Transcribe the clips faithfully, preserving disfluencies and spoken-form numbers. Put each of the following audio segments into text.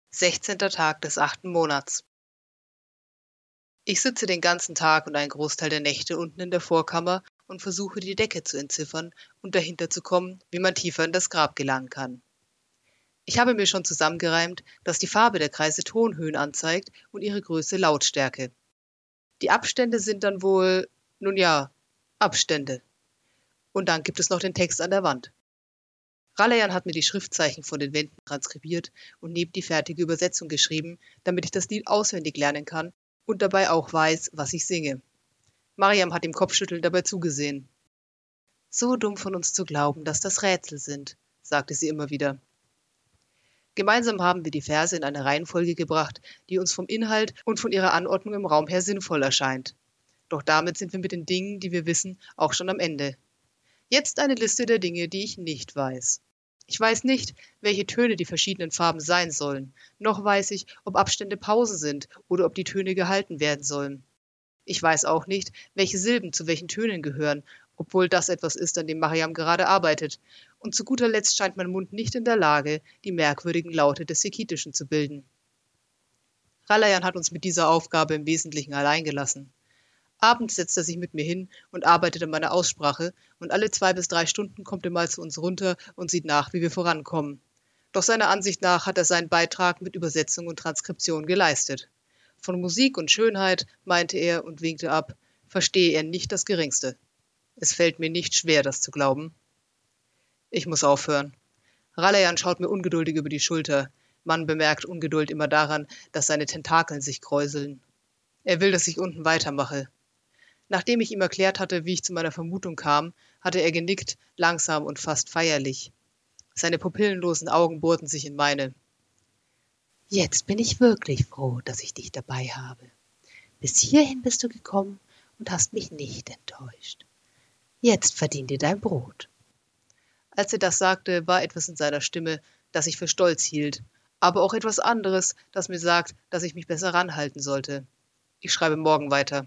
Sechzehnter Tag des achten Monats. Ich sitze den ganzen Tag und einen Großteil der Nächte unten in der Vorkammer und versuche die Decke zu entziffern und dahinter zu kommen, wie man tiefer in das Grab gelangen kann. Ich habe mir schon zusammengereimt, dass die Farbe der Kreise Tonhöhen anzeigt und ihre Größe Lautstärke. Die Abstände sind dann wohl, nun ja, Abstände. Und dann gibt es noch den Text an der Wand. Ralayan hat mir die Schriftzeichen von den Wänden transkribiert und neben die fertige Übersetzung geschrieben, damit ich das Lied auswendig lernen kann und dabei auch weiß, was ich singe. Mariam hat im Kopfschütteln dabei zugesehen. So dumm von uns zu glauben, dass das Rätsel sind, sagte sie immer wieder. Gemeinsam haben wir die Verse in eine Reihenfolge gebracht, die uns vom Inhalt und von ihrer Anordnung im Raum her sinnvoll erscheint. Doch damit sind wir mit den Dingen, die wir wissen, auch schon am Ende. Jetzt eine Liste der Dinge, die ich nicht weiß. Ich weiß nicht, welche Töne die verschiedenen Farben sein sollen, noch weiß ich, ob Abstände Pausen sind oder ob die Töne gehalten werden sollen. Ich weiß auch nicht, welche Silben zu welchen Tönen gehören, obwohl das etwas ist, an dem Mariam gerade arbeitet. Und zu guter Letzt scheint mein Mund nicht in der Lage, die merkwürdigen Laute des Sekitischen zu bilden. Ralayan hat uns mit dieser Aufgabe im Wesentlichen allein gelassen. Abends setzt er sich mit mir hin und arbeitet an meiner Aussprache, und alle zwei bis drei Stunden kommt er mal zu uns runter und sieht nach, wie wir vorankommen. Doch seiner Ansicht nach hat er seinen Beitrag mit Übersetzung und Transkription geleistet. Von Musik und Schönheit, meinte er und winkte ab, verstehe er nicht das Geringste. Es fällt mir nicht schwer, das zu glauben. Ich muss aufhören. Ralayan schaut mir ungeduldig über die Schulter. Man bemerkt Ungeduld immer daran, dass seine Tentakeln sich kräuseln. Er will, dass ich unten weitermache. Nachdem ich ihm erklärt hatte, wie ich zu meiner Vermutung kam, hatte er genickt, langsam und fast feierlich. Seine pupillenlosen Augen bohrten sich in meine. Jetzt bin ich wirklich froh, dass ich dich dabei habe. Bis hierhin bist du gekommen und hast mich nicht enttäuscht. Jetzt verdien dir dein Brot. Als er das sagte, war etwas in seiner Stimme, das ich für Stolz hielt, aber auch etwas anderes, das mir sagt, dass ich mich besser ranhalten sollte. Ich schreibe morgen weiter.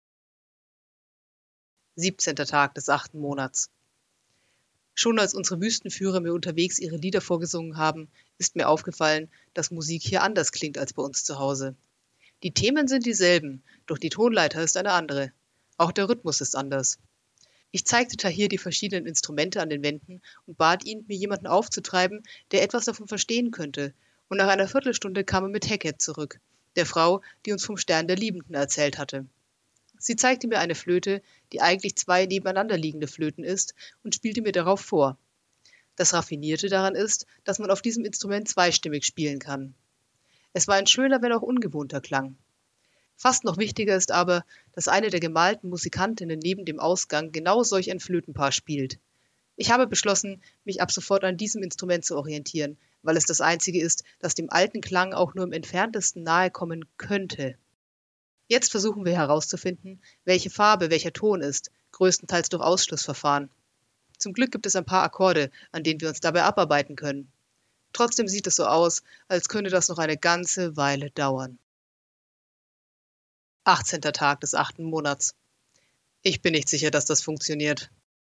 Siebzehnter Tag des achten Monats. Schon als unsere Wüstenführer mir unterwegs ihre Lieder vorgesungen haben, ist mir aufgefallen, dass Musik hier anders klingt als bei uns zu Hause. Die Themen sind dieselben, doch die Tonleiter ist eine andere. Auch der Rhythmus ist anders. Ich zeigte Tahir die verschiedenen Instrumente an den Wänden und bat ihn, mir jemanden aufzutreiben, der etwas davon verstehen könnte, und nach einer Viertelstunde kam er mit Heket zurück, der Frau, die uns vom Stern der Liebenden erzählt hatte. Sie zeigte mir eine Flöte, die eigentlich zwei nebeneinander liegende Flöten ist, und spielte mir darauf vor. Das Raffinierte daran ist, dass man auf diesem Instrument zweistimmig spielen kann. Es war ein schöner, wenn auch ungewohnter Klang. Fast noch wichtiger ist aber, dass eine der gemalten Musikantinnen neben dem Ausgang genau solch ein Flötenpaar spielt. Ich habe beschlossen, mich ab sofort an diesem Instrument zu orientieren, weil es das einzige ist, das dem alten Klang auch nur im entferntesten nahe kommen könnte. Jetzt versuchen wir herauszufinden, welche Farbe welcher Ton ist, größtenteils durch Ausschlussverfahren. Zum Glück gibt es ein paar Akkorde, an denen wir uns dabei abarbeiten können. Trotzdem sieht es so aus, als könne das noch eine ganze Weile dauern. achtzehnter Tag des achten Monats. Ich bin nicht sicher, dass das funktioniert.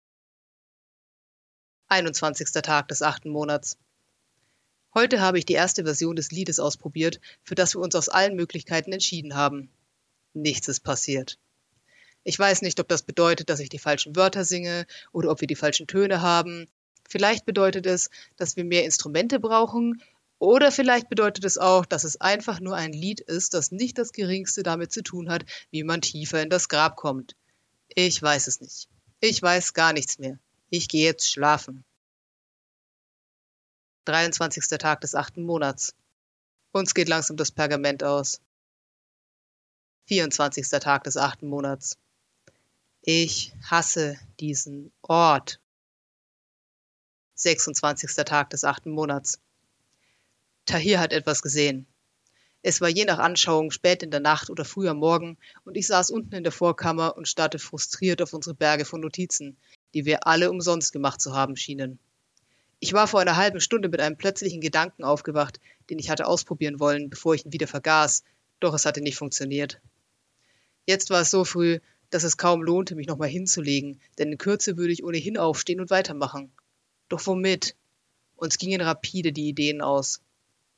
einundzwanzigster Tag des achten Monats. Heute habe ich die erste Version des Liedes ausprobiert, für das wir uns aus allen Möglichkeiten entschieden haben. Nichts ist passiert. Ich weiß nicht, ob das bedeutet, dass ich die falschen Wörter singe oder ob wir die falschen Töne haben. Vielleicht bedeutet es, dass wir mehr Instrumente brauchen, oder vielleicht bedeutet es auch, dass es einfach nur ein Lied ist, das nicht das Geringste damit zu tun hat, wie man tiefer in das Grab kommt. Ich weiß es nicht. Ich weiß gar nichts mehr. Ich gehe jetzt schlafen. dreiundzwanzigster Tag des achten Monats. Uns geht langsam das Pergament aus. vierundzwanzigster Tag des achten Monats. Ich hasse diesen Ort. sechsundzwanzigster Tag des achten Monats. Tahir hat etwas gesehen. Es war je nach Anschauung spät in der Nacht oder früh am Morgen und ich saß unten in der Vorkammer und starrte frustriert auf unsere Berge von Notizen, die wir alle umsonst gemacht zu haben schienen. Ich war vor einer halben Stunde mit einem plötzlichen Gedanken aufgewacht, den ich hatte ausprobieren wollen, bevor ich ihn wieder vergaß, doch es hatte nicht funktioniert. Jetzt war es so früh, dass es kaum lohnte, mich nochmal hinzulegen, denn in Kürze würde ich ohnehin aufstehen und weitermachen. Doch womit? Uns gingen rapide die Ideen aus.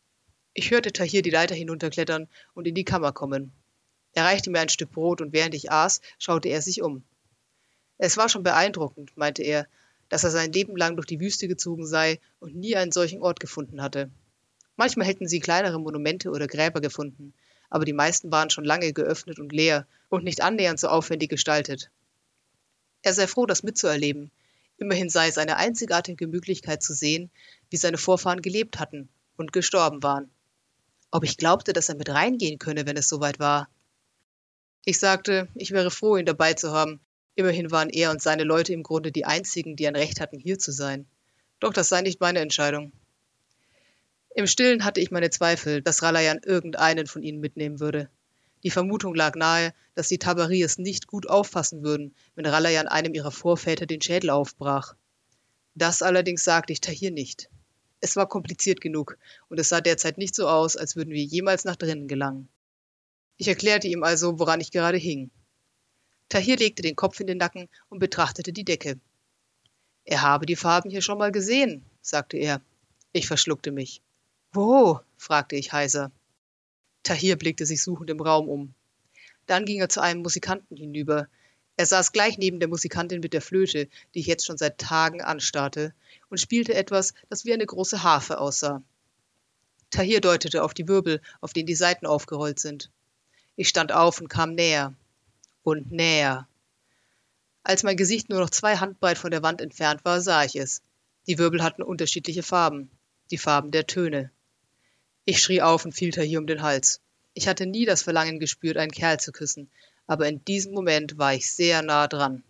Ich hörte Tahir die Leiter hinunterklettern und in die Kammer kommen. Er reichte mir ein Stück Brot und während ich aß, schaute er sich um. Es war schon beeindruckend, meinte er, dass er sein Leben lang durch die Wüste gezogen sei und nie einen solchen Ort gefunden hatte. Manchmal hätten sie kleinere Monumente oder Gräber gefunden, aber die meisten waren schon lange geöffnet und leer und nicht annähernd so aufwendig gestaltet. Er sei froh, das mitzuerleben. Immerhin sei es eine einzigartige Möglichkeit zu sehen, wie seine Vorfahren gelebt hatten und gestorben waren. Ob ich glaubte, dass er mit reingehen könne, wenn es soweit war? Ich sagte, ich wäre froh, ihn dabei zu haben. Immerhin waren er und seine Leute im Grunde die einzigen, die ein Recht hatten, hier zu sein. Doch das sei nicht meine Entscheidung. Im Stillen hatte ich meine Zweifel, dass Ralayan irgendeinen von ihnen mitnehmen würde. Die Vermutung lag nahe, dass die Tabari es nicht gut auffassen würden, wenn Ralayan einem ihrer Vorväter den Schädel aufbrach. Das allerdings sagte ich Tahir nicht. Es war kompliziert genug, und es sah derzeit nicht so aus, als würden wir jemals nach drinnen gelangen. Ich erklärte ihm also, woran ich gerade hing. Tahir legte den Kopf in den Nacken und betrachtete die Decke. Er habe die Farben hier schon mal gesehen, sagte er. Ich verschluckte mich. Wo? Fragte ich heiser. Tahir blickte sich suchend im Raum um. Dann ging er zu einem Musikanten hinüber. Er saß gleich neben der Musikantin mit der Flöte, die ich jetzt schon seit Tagen anstarrte, und spielte etwas, das wie eine große Harfe aussah. Tahir deutete auf die Wirbel, auf denen die Saiten aufgerollt sind. Ich stand auf und kam näher. Und näher. Als mein Gesicht nur noch zwei Handbreit von der Wand entfernt war, sah ich es. Die Wirbel hatten unterschiedliche Farben. Die Farben der Töne. Ich schrie auf und fiel Tahir um den Hals. Ich hatte nie das Verlangen gespürt, einen Kerl zu küssen, aber in diesem Moment war ich sehr nah dran.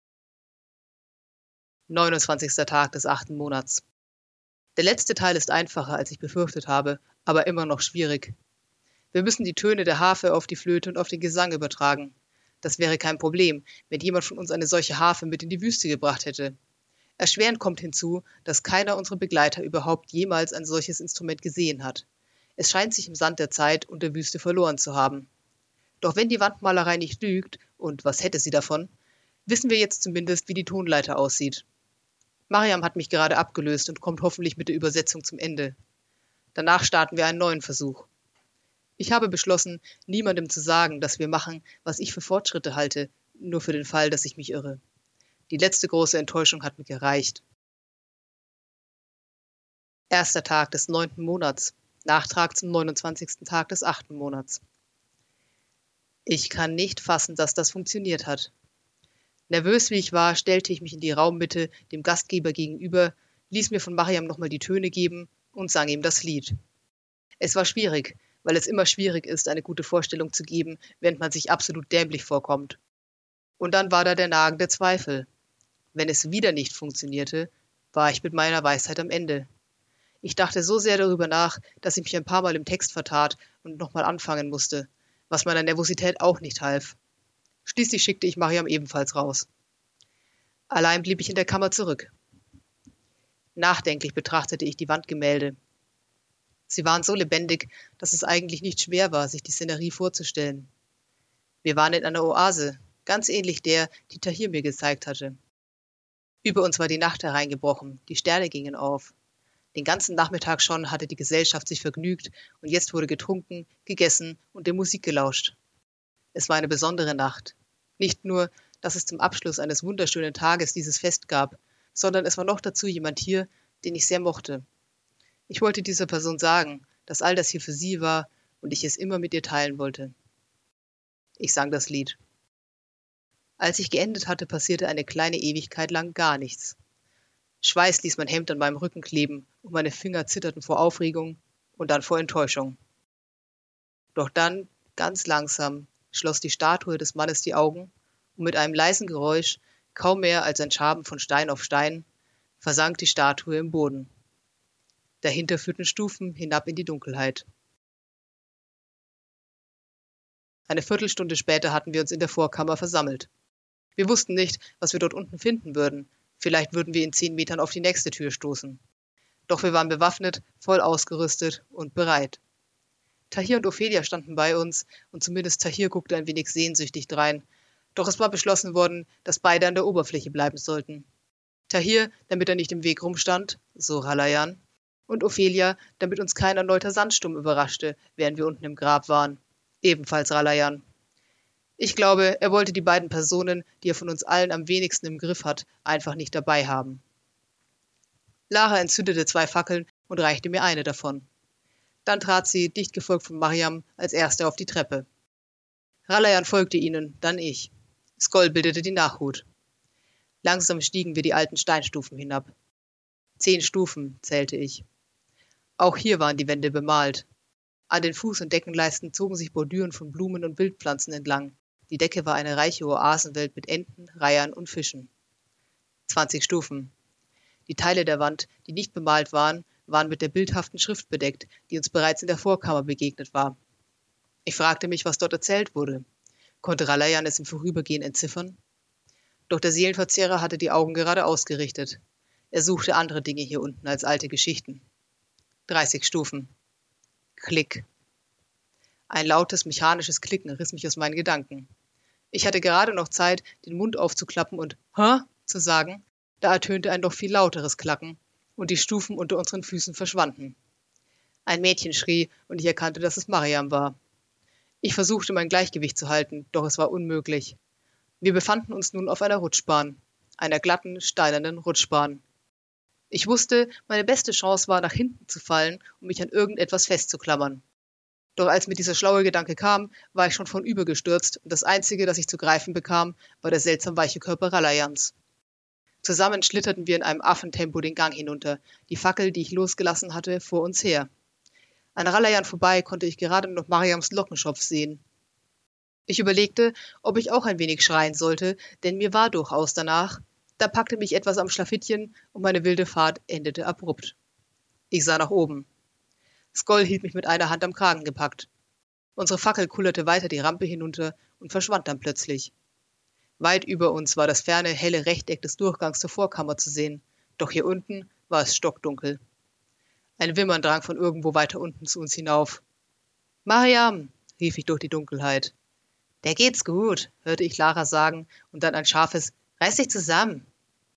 neunundzwanzigster Tag des achten Monats. Der letzte Teil ist einfacher, als ich befürchtet habe, aber immer noch schwierig. Wir müssen die Töne der Harfe auf die Flöte und auf den Gesang übertragen. Das wäre kein Problem, wenn jemand von uns eine solche Harfe mit in die Wüste gebracht hätte. Erschwerend kommt hinzu, dass keiner unserer Begleiter überhaupt jemals ein solches Instrument gesehen hat. Es scheint sich im Sand der Zeit und der Wüste verloren zu haben. Doch wenn die Wandmalerei nicht lügt, und was hätte sie davon, wissen wir jetzt zumindest, wie die Tonleiter aussieht. Mariam hat mich gerade abgelöst und kommt hoffentlich mit der Übersetzung zum Ende. Danach starten wir einen neuen Versuch. Ich habe beschlossen, niemandem zu sagen, dass wir machen, was ich für Fortschritte halte, nur für den Fall, dass ich mich irre. Die letzte große Enttäuschung hat mir gereicht. Erster Tag des neunten Monats. Nachtrag zum neunundzwanzigsten Tag des achten Monats. Ich kann nicht fassen, dass das funktioniert hat. Nervös wie ich war, stellte ich mich in die Raummitte dem Gastgeber gegenüber, ließ mir von Mariam nochmal die Töne geben und sang ihm das Lied. Es war schwierig, weil es immer schwierig ist, eine gute Vorstellung zu geben, während man sich absolut dämlich vorkommt. Und dann war da der nagende Zweifel. Wenn es wieder nicht funktionierte, war ich mit meiner Weisheit am Ende. Ich dachte so sehr darüber nach, dass ich mich ein paar Mal im Text vertat und nochmal anfangen musste, was meiner Nervosität auch nicht half. Schließlich schickte ich Mariam ebenfalls raus. Allein blieb ich in der Kammer zurück. Nachdenklich betrachtete ich die Wandgemälde. Sie waren so lebendig, dass es eigentlich nicht schwer war, sich die Szenerie vorzustellen. Wir waren in einer Oase, ganz ähnlich der, die Tahir mir gezeigt hatte. Über uns war die Nacht hereingebrochen, die Sterne gingen auf. Den ganzen Nachmittag schon hatte die Gesellschaft sich vergnügt und jetzt wurde getrunken, gegessen und der Musik gelauscht. Es war eine besondere Nacht. Nicht nur, dass es zum Abschluss eines wunderschönen Tages dieses Fest gab, sondern es war noch dazu jemand hier, den ich sehr mochte. Ich wollte dieser Person sagen, dass all das hier für sie war und ich es immer mit ihr teilen wollte. Ich sang das Lied. Als ich geendet hatte, passierte eine kleine Ewigkeit lang gar nichts. Schweiß ließ mein Hemd an meinem Rücken kleben und meine Finger zitterten vor Aufregung und dann vor Enttäuschung. Doch dann, ganz langsam, schloss die Statue des Mannes die Augen und mit einem leisen Geräusch, kaum mehr als ein Schaben von Stein auf Stein, versank die Statue im Boden. Dahinter führten Stufen hinab in die Dunkelheit. Eine Viertelstunde später hatten wir uns in der Vorkammer versammelt. Wir wussten nicht, was wir dort unten finden würden. Vielleicht würden wir in zehn Metern auf die nächste Tür stoßen. Doch wir waren bewaffnet, voll ausgerüstet und bereit. Tahir und Ophelia standen bei uns und zumindest Tahir guckte ein wenig sehnsüchtig drein. Doch es war beschlossen worden, dass beide an der Oberfläche bleiben sollten. Tahir, damit er nicht im Weg rumstand, so Ralayan, Und Ophelia, damit uns kein erneuter Sandsturm überraschte, während wir unten im Grab waren. Ebenfalls Ralayan. Ich glaube, er wollte die beiden Personen, die er von uns allen am wenigsten im Griff hat, einfach nicht dabei haben. Lara entzündete zwei Fackeln und reichte mir eine davon. Dann trat sie, dicht gefolgt von Mariam, als erste auf die Treppe. Ralayan folgte ihnen, dann ich. Skoll bildete die Nachhut. Langsam stiegen wir die alten Steinstufen hinab. Zehn Stufen, zählte ich. Auch hier waren die Wände bemalt. An den Fuß- und Deckenleisten zogen sich Bordüren von Blumen und Wildpflanzen entlang. Die Decke war eine reiche Oasenwelt mit Enten, Reihern und Fischen. Zwanzig Stufen. Die Teile der Wand, die nicht bemalt waren, waren mit der bildhaften Schrift bedeckt, die uns bereits in der Vorkammer begegnet war. Ich fragte mich, was dort erzählt wurde. Konnte Ralayan es im Vorübergehen entziffern? Doch der Seelenverzehrer hatte die Augen gerade ausgerichtet. Er suchte andere Dinge hier unten als alte Geschichten. Dreißig Stufen. Klick. Ein lautes, mechanisches Klicken riss mich aus meinen Gedanken. Ich hatte gerade noch Zeit, den Mund aufzuklappen und »Hä?« zu sagen, da ertönte ein noch viel lauteres Klacken und die Stufen unter unseren Füßen verschwanden. Ein Mädchen schrie und ich erkannte, dass es Mariam war. Ich versuchte, mein Gleichgewicht zu halten, doch es war unmöglich. Wir befanden uns nun auf einer Rutschbahn, einer glatten, steinernen Rutschbahn. Ich wusste, meine beste Chance war, nach hinten zu fallen und mich an irgendetwas festzuklammern. Doch als mir dieser schlaue Gedanke kam, war ich schon vornüber gestürzt und das Einzige, das ich zu greifen bekam, war der seltsam weiche Körper Ralayans. Zusammen schlitterten wir in einem Affentempo den Gang hinunter, die Fackel, die ich losgelassen hatte, vor uns her. An Ralayan vorbei konnte ich gerade noch Mariams Lockenschopf sehen. Ich überlegte, ob ich auch ein wenig schreien sollte, denn mir war durchaus danach. Da packte mich etwas am Schlafittchen und meine wilde Fahrt endete abrupt. Ich sah nach oben. Skoll hielt mich mit einer Hand am Kragen gepackt. Unsere Fackel kullerte weiter die Rampe hinunter und verschwand dann plötzlich. Weit über uns war das ferne, helle Rechteck des Durchgangs zur Vorkammer zu sehen, doch hier unten war es stockdunkel. Ein Wimmern drang von irgendwo weiter unten zu uns hinauf. »Mariam«, rief ich durch die Dunkelheit. »Der geht's gut«, hörte ich Lara sagen und dann ein scharfes »Reiß dich zusammen«.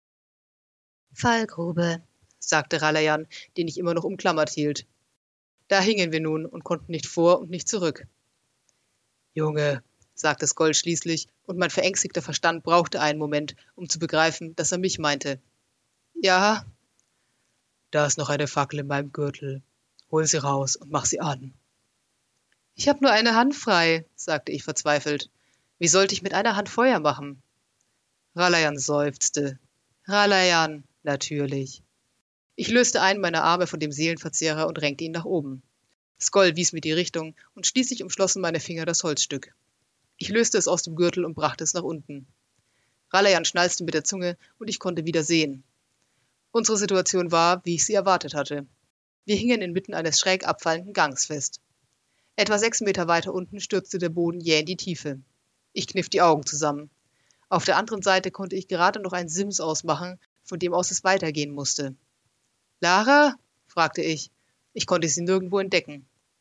»Fallgrube«, sagte Ralayan, den ich immer noch umklammert hielt. Da hingen wir nun und konnten nicht vor und nicht zurück. »Junge«, sagte Skoll schließlich, und mein verängstigter Verstand brauchte einen Moment, um zu begreifen, dass er mich meinte. »Ja?« »Da ist noch eine Fackel in meinem Gürtel. Hol sie raus und mach sie an.« »Ich habe nur eine Hand frei«, sagte ich verzweifelt. »Wie sollte ich mit einer Hand Feuer machen?« Ralayan seufzte. »Ralayan, natürlich.« Ich löste einen meiner Arme von dem Seelenverzehrer und renkte ihn nach oben. Skoll wies mir die Richtung und schließlich umschlossen meine Finger das Holzstück. Ich löste es aus dem Gürtel und brachte es nach unten. Ralayan schnalzte mit der Zunge und ich konnte wieder sehen. Unsere Situation war, wie ich sie erwartet hatte. Wir hingen inmitten eines schräg abfallenden Gangs fest. Etwa sechs Meter weiter unten stürzte der Boden jäh in die Tiefe. Ich kniff die Augen zusammen. Auf der anderen Seite konnte ich gerade noch ein Sims ausmachen, von dem aus es weitergehen musste. »Lara?« fragte ich. Ich konnte sie nirgendwo entdecken.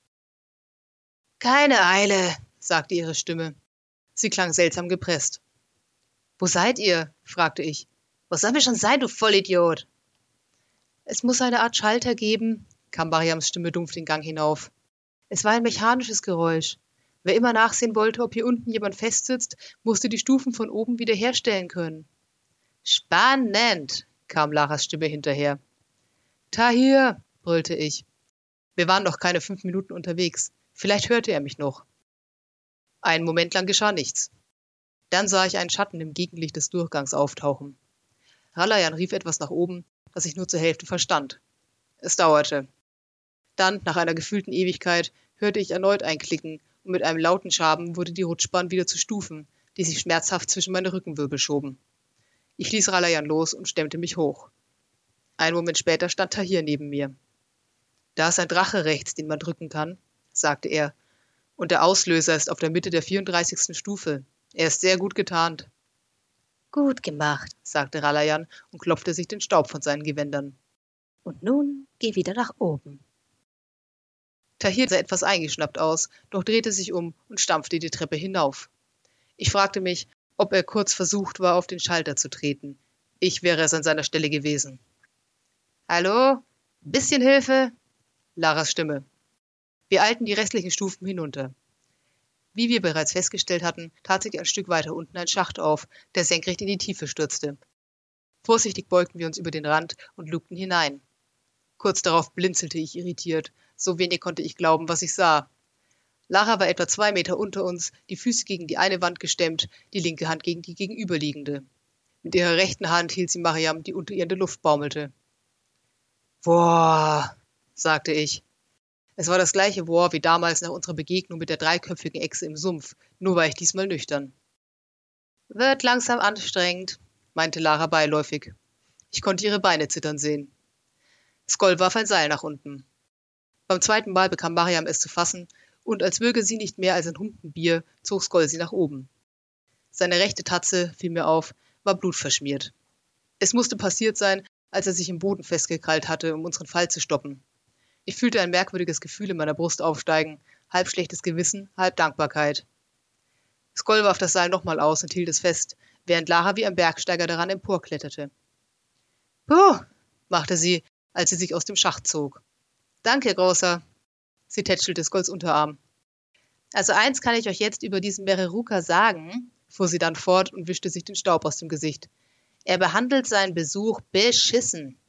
»Keine Eile«, sagte ihre Stimme. Sie klang seltsam gepresst. »Wo seid ihr?« fragte ich. »Was soll mir schon sein, du Vollidiot?« »Es muss eine Art Schalter geben«, kam Mariams Stimme dumpf den Gang hinauf. Es war ein mechanisches Geräusch. Wer immer nachsehen wollte, ob hier unten jemand festsitzt, musste die Stufen von oben wiederherstellen können. »Spannend«, kam Laras Stimme hinterher. »Tahir«, brüllte ich. Wir waren noch keine fünf Minuten unterwegs. Vielleicht hörte er mich noch. Einen Moment lang geschah nichts. Dann sah ich einen Schatten im Gegenlicht des Durchgangs auftauchen. Ralayan rief etwas nach oben, das ich nur zur Hälfte verstand. Es dauerte. Dann, nach einer gefühlten Ewigkeit, hörte ich erneut ein Klicken und mit einem lauten Schaben wurde die Rutschbahn wieder zu Stufen, die sich schmerzhaft zwischen meine Rückenwirbel schoben. Ich ließ Ralayan los und stemmte mich hoch. Einen Moment später stand Tahir neben mir. »Da ist ein Drache rechts, den man drücken kann«, sagte er. »Und der Auslöser ist auf der Mitte der vierunddreißigsten Stufe. Er ist sehr gut getarnt.« »Gut gemacht«, sagte Ralayan und klopfte sich den Staub von seinen Gewändern. »Und nun geh wieder nach oben.« Tahir sah etwas eingeschnappt aus, doch drehte sich um und stampfte die Treppe hinauf. Ich fragte mich, ob er kurz versucht war, auf den Schalter zu treten. Ich wäre es an seiner Stelle gewesen. »Hallo?« Bisschen Hilfe? Laras Stimme. Wir eilten die restlichen Stufen hinunter. Wie wir bereits festgestellt hatten, tat sich ein Stück weiter unten ein Schacht auf, der senkrecht in die Tiefe stürzte. Vorsichtig beugten wir uns über den Rand und lugten hinein. Kurz darauf blinzelte ich irritiert. So wenig konnte ich glauben, was ich sah. Lara war etwa zwei Meter unter uns, die Füße gegen die eine Wand gestemmt, die linke Hand gegen die gegenüberliegende. Mit ihrer rechten Hand hielt sie Mariam, die unter ihr in der Luft baumelte. »Boah«, sagte ich. Es war das gleiche Boah wie damals nach unserer Begegnung mit der dreiköpfigen Echse im Sumpf, nur war ich diesmal nüchtern. »Wird langsam anstrengend«, meinte Lara beiläufig. Ich konnte ihre Beine zittern sehen. Skoll warf ein Seil nach unten. Beim zweiten Mal bekam Mariam es zu fassen, und als würge sie nicht mehr als ein Humpenbier, zog Skoll sie nach oben. Seine rechte Tatze, fiel mir auf, war blutverschmiert. Es musste passiert sein, als er sich im Boden festgekrallt hatte, um unseren Fall zu stoppen. Ich fühlte ein merkwürdiges Gefühl in meiner Brust aufsteigen, halb schlechtes Gewissen, halb Dankbarkeit. Skoll warf das Seil nochmal aus und hielt es fest, während Lara wie ein Bergsteiger daran emporkletterte. »Puh«, machte sie, als sie sich aus dem Schacht zog. »Danke, Großer«, sie tätschelte Skolls Unterarm. »Also eins kann ich euch jetzt über diesen Mereruka sagen«, fuhr sie dann fort und wischte sich den Staub aus dem Gesicht. »Er behandelt seinen Besuch beschissen.